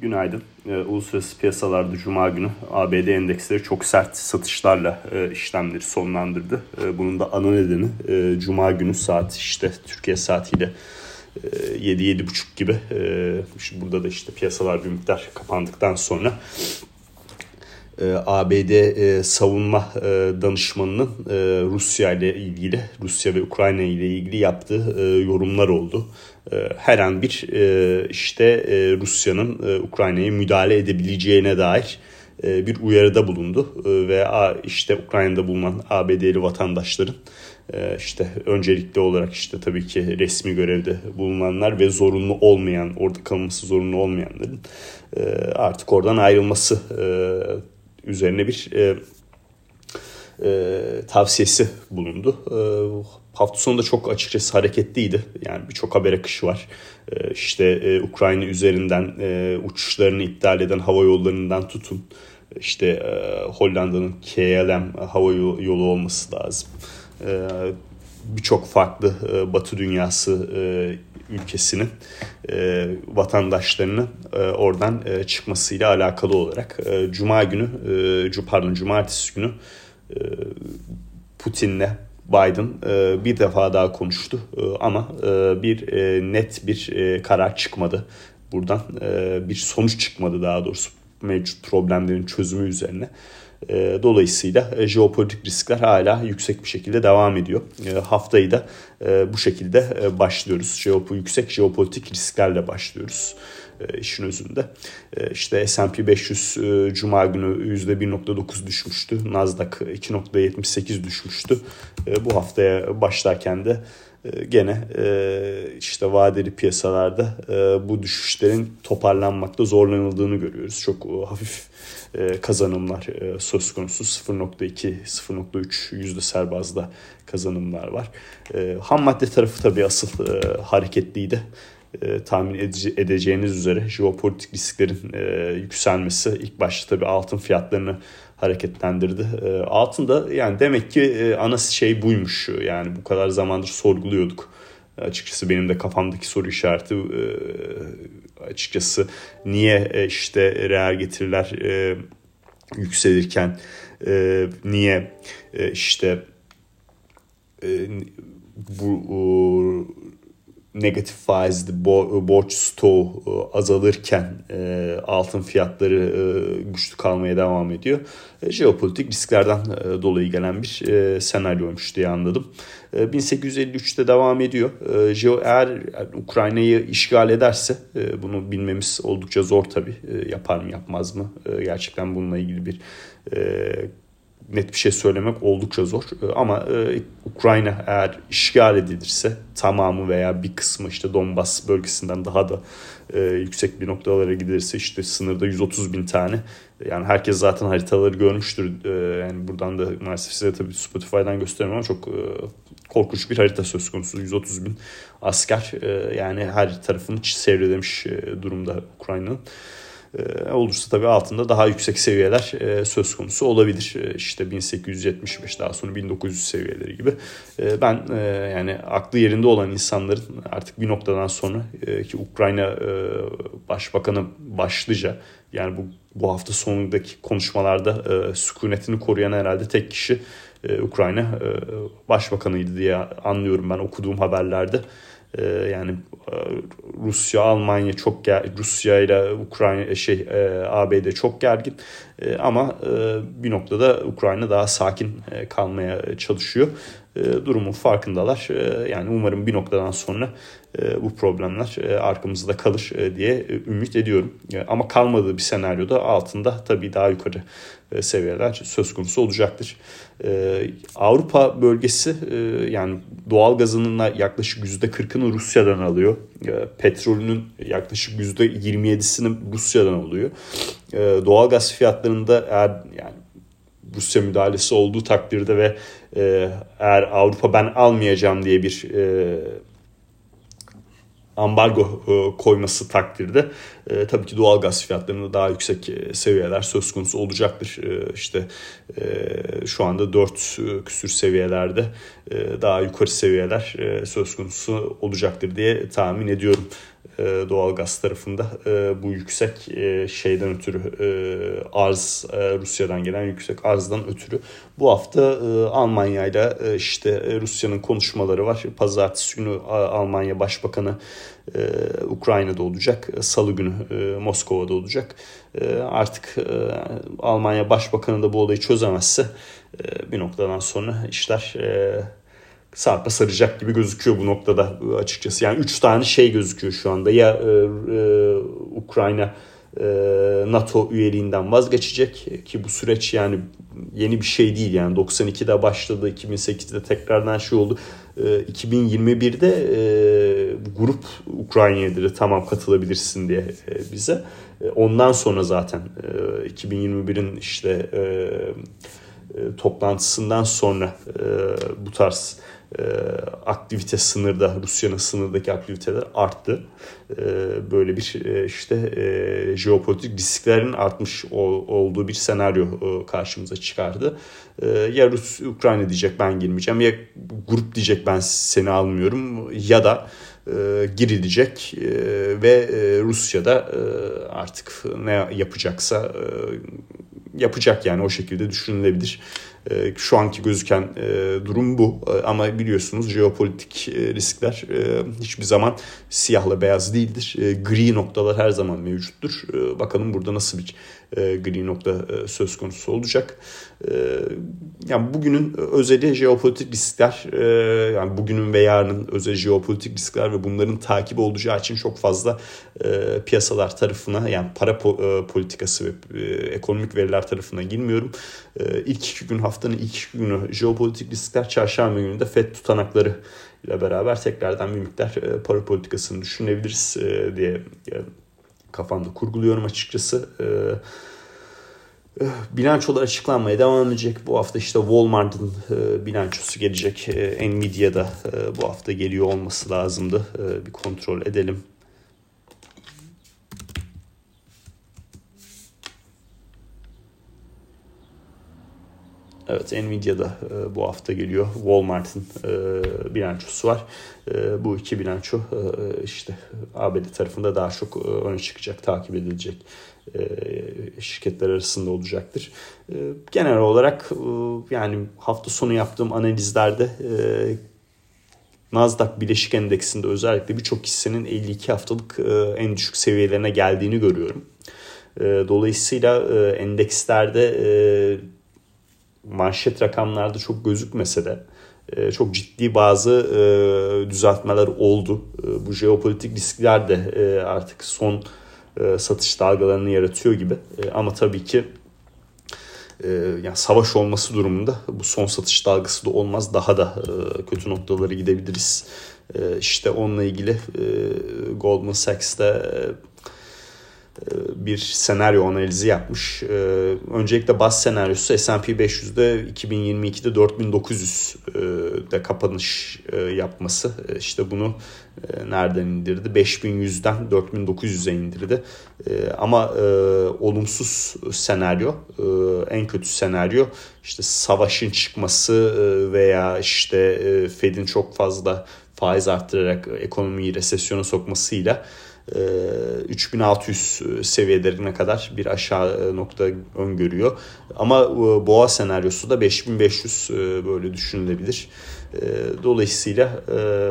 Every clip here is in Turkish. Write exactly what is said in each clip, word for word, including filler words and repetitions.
Günaydın. Ee, uluslararası piyasalarda Cuma günü A B D endeksleri çok sert satışlarla e, işlemleri sonlandırdı. E, bunun da ana nedeni e, Cuma günü saat işte Türkiye saatiyle e, yedi yedi buçuk gibi. E, şimdi burada da işte piyasalar bir miktar kapandıktan sonra e, A B D e, savunma e, danışmanının e, Rusya ile ilgili, Rusya ve Ukrayna ile ilgili yaptığı e, yorumlar oldu. Her an bir işte Rusya'nın Ukrayna'ya müdahale edebileceğine dair bir uyarıda bulundu ve işte Ukrayna'da bulunan A B D'li vatandaşların işte öncelikli olarak işte tabii ki resmi görevde bulunanlar ve zorunlu olmayan, orada kalması zorunlu olmayanların artık oradan ayrılması üzerine bir tavsiyesi bulundu. Hafta sonunda çok açıkçası hareketliydi. Yani birçok haber akışı var. Ee, işte e, Ukrayna üzerinden e, uçuşlarını iptal eden hava yollarından tutun. İşte e, Hollanda'nın K L M hava yolu olması lazım. E, birçok farklı e, Batı dünyası e, ülkesinin e, vatandaşlarının e, oradan e, çıkmasıyla alakalı olarak e, Cuma günü, e, pardon Cumartesi günü e, Putin'le Biden e, bir defa daha konuştu e, ama e, bir e, net bir e, karar çıkmadı. Buradan e, bir sonuç çıkmadı daha doğrusu mevcut problemlerin çözümü üzerine. E, dolayısıyla e, jeopolitik riskler hala yüksek bir şekilde devam ediyor. E, haftayı da e, bu şekilde e, başlıyoruz. Jeopo, yüksek jeopolitik risklerle başlıyoruz. E, işin özünde. E, işte S and P beş yüz e, Cuma günü yüzde bir nokta dokuz düşmüştü. Nasdaq iki nokta yetmiş sekiz düşmüştü. E, bu haftaya başlarken de e, gene e, işte vadeli piyasalarda e, bu düşüşlerin toparlanmakta zorlanıldığını görüyoruz. Çok e, hafif e, kazanımlar e, söz konusu. sıfır nokta iki sıfır nokta üç yüzdesel bazda kazanımlar var. E, ham madde tarafı tabii asıl e, hareketliydi. E, tahmin edece- edeceğiniz üzere jeopolitik risklerin e, yükselmesi ilk başta tabii altın fiyatlarını hareketlendirdi. E, altın da yani demek ki e, ana şey buymuş. Yani bu kadar zamandır sorguluyorduk. Açıkçası benim de kafamdaki soru işareti e, açıkçası niye e, işte reel getiriler e, yükselirken e, niye e, işte e, bu o, negatif faizli bo- borç stoğu e, azalırken e, altın fiyatları e, güçlü kalmaya devam ediyor. E, jeopolitik risklerden e, dolayı gelen bir e, senaryoymuş diye anladım. E, bin sekiz yüz elli üçte devam ediyor. E, jeo- eğer Ukrayna'yı işgal ederse e, bunu bilmemiz oldukça zor tabii. E, yapar mı yapmaz mı? E, gerçekten bununla ilgili bir e, net bir şey söylemek oldukça zor. Ama e, Ukrayna eğer işgal edilirse tamamı veya bir kısmı işte Donbas bölgesinden daha da e, yüksek bir noktalara gidilirse işte sınırda yüz otuz bin tane. Yani herkes zaten haritaları görmüştür. E, yani buradan da maalesef size tabii Spotify'dan göstermiyorum ama çok e, korkunç bir harita söz konusu. yüz otuz bin asker e, yani her tarafını çevrelemiş e, durumda Ukrayna'nın. Ee, olursa tabii altında daha yüksek seviyeler e, söz konusu olabilir. E, işte bin sekiz yüz yetmiş beş daha sonra bin dokuz yüz seviyeleri gibi. E, ben e, yani aklı yerinde olan insanların artık bir noktadan sonra e, ki Ukrayna e, Başbakanı başlıca yani bu bu hafta sonundaki konuşmalarda e, sükunetini koruyan herhalde tek kişi e, Ukrayna e, Başbakanıydı diye anlıyorum ben okuduğum haberlerde. Yani Rusya, Almanya çok ger- Rusya ile Ukrayna şey A B D çok gergin ama bir noktada Ukrayna daha sakin kalmaya çalışıyor. Durumun farkındalar. Yani umarım bir noktadan sonra bu problemler arkamızda kalır diye ümit ediyorum. Ama kalmadığı bir senaryoda altında tabii daha yukarı seviyeler söz konusu olacaktır. Avrupa bölgesi yani doğal gazının yaklaşık yüzde kırkını Rusya'dan alıyor. Petrolünün yaklaşık yüzde yirmi yedisini Rusya'dan alıyor. Doğal gaz fiyatlarında eğer yani Rusya müdahalesi olduğu takdirde ve eğer Avrupa ben almayacağım diye bir ambargo koyması takdirde e, tabii ki doğal gaz fiyatlarında daha yüksek e, seviyeler söz konusu olacaktır. E, işte e, şu anda dört küsür seviyelerde e, daha yukarı seviyeler e, söz konusu olacaktır diye tahmin ediyorum. doğal gaz tarafında bu yüksek şeyden ötürü arz, Rusya'dan gelen yüksek arzdan ötürü. Bu hafta Almanya ile işte Rusya'nın konuşmaları var. Pazartesi günü Almanya Başbakanı Ukrayna'da olacak. Salı günü Moskova'da olacak. Artık Almanya Başbakanı da bu olayı çözemezse bir noktadan sonra işler sarpa saracak gibi gözüküyor bu noktada açıkçası. Yani üç tane şey gözüküyor şu anda. Ya e, e, Ukrayna e, NATO üyeliğinden vazgeçecek ki bu süreç yani yeni bir şey değil. Yani doksan ikide başladı, iki bin sekizde tekrardan şey oldu. E, iki bin yirmi birde e, grup Ukrayna'ya dedi tamam katılabilirsin diye e, bize. E, ondan sonra zaten e, iki bin yirmi birin işte e, e, toplantısından sonra e, bu tarz E, aktivite sınırda, Rusya'nın sınırdaki aktiviteler arttı. E, böyle bir e, işte e, jeopolitik risklerin artmış o, olduğu bir senaryo e, karşımıza çıkardı. E, ya Rus, Ukrayna diyecek ben girmeyeceğim, ya grup diyecek ben seni almıyorum, ya da e, girilecek e, ve e, Rusya'da e, artık ne yapacaksa e, yapacak yani o şekilde düşünülebilir. Şu anki gözüken durum bu ama biliyorsunuz jeopolitik riskler hiçbir zaman siyahla beyaz değildir. Gri noktalar her zaman mevcuttur. Bakalım burada nasıl bir gri nokta söz konusu olacak. Yani bugünün özeli jeopolitik riskler, yani bugünün ve yarının özeli jeopolitik riskler ve bunların takibi olacağı için çok fazla piyasalar tarafına yani para politikası ve ekonomik veriler tarafına girmiyorum. İlk iki gün haftanın ilk iki günü jeopolitik riskler, çarşamba günü de Fed tutanakları ile beraber tekrardan bir miktar para politikasını düşünebiliriz diye kafamda kurguluyorum açıkçası. Bilançolar açıklanmaya devam edecek. Bu hafta işte Walmart'ın bilançosu gelecek. Nvidia'da bu hafta geliyor olması lazımdı. Bir kontrol edelim. Evet, Nvidia'da e, bu hafta geliyor. Walmart'ın e, bilançosu var. E, bu iki bilanço e, işte A B D tarafında daha çok e, öne çıkacak, takip edilecek e, şirketler arasında olacaktır. E, genel olarak e, yani hafta sonu yaptığım analizlerde e, Nasdaq Bileşik Endeksinde özellikle birçok hissenin elli iki haftalık e, en düşük seviyelerine geldiğini görüyorum. E, dolayısıyla e, endekslerde e, manşet rakamlarda çok gözükmese de çok ciddi bazı düzeltmeler oldu. Bu jeopolitik riskler de artık son satış dalgalarını yaratıyor gibi. Ama tabii ki yani savaş olması durumunda bu son satış dalgası da olmaz. Daha da kötü noktalara gidebiliriz. İşte onunla ilgili Goldman Sachs'ta bir senaryo analizi yapmış. Öncelikle baz senaryosu S and P beş yüzde iki bin yirmi ikide dört bin dokuz yüzde kapanış yapması. İşte bunu nereden indirdi? beş bin yüzden dört bin dokuz yüze indirdi. Ama olumsuz senaryo, en kötü senaryo işte savaşın çıkması veya işte Fed'in çok fazla faiz arttırarak ekonomiyi resesyona sokmasıyla üç bin altı yüz seviyelerine kadar bir aşağı nokta öngörüyor. Ama boğa senaryosu da beş bin beş yüz böyle düşünülebilir. Dolayısıyla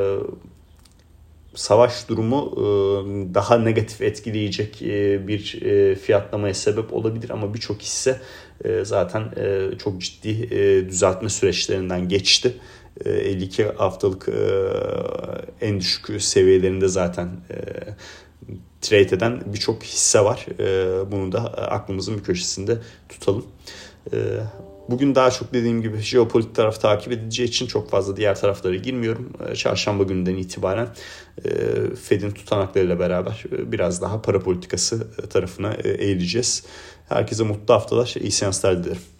savaş durumu daha negatif etkileyecek bir fiyatlamaya sebep olabilir ama birçok hisse zaten çok ciddi düzeltme süreçlerinden geçti. elli iki haftalık en düşük seviyelerinde zaten trade eden birçok hisse var. Bunu da aklımızın bir köşesinde tutalım. Bugün daha çok dediğim gibi jeopolitik taraf takip edileceği için çok fazla diğer taraflara girmiyorum. Çarşamba gününden itibaren Fed'in tutanaklarıyla beraber biraz daha para politikası tarafına eğileceğiz. Herkese mutlu haftalar, iyi seanslar dilerim.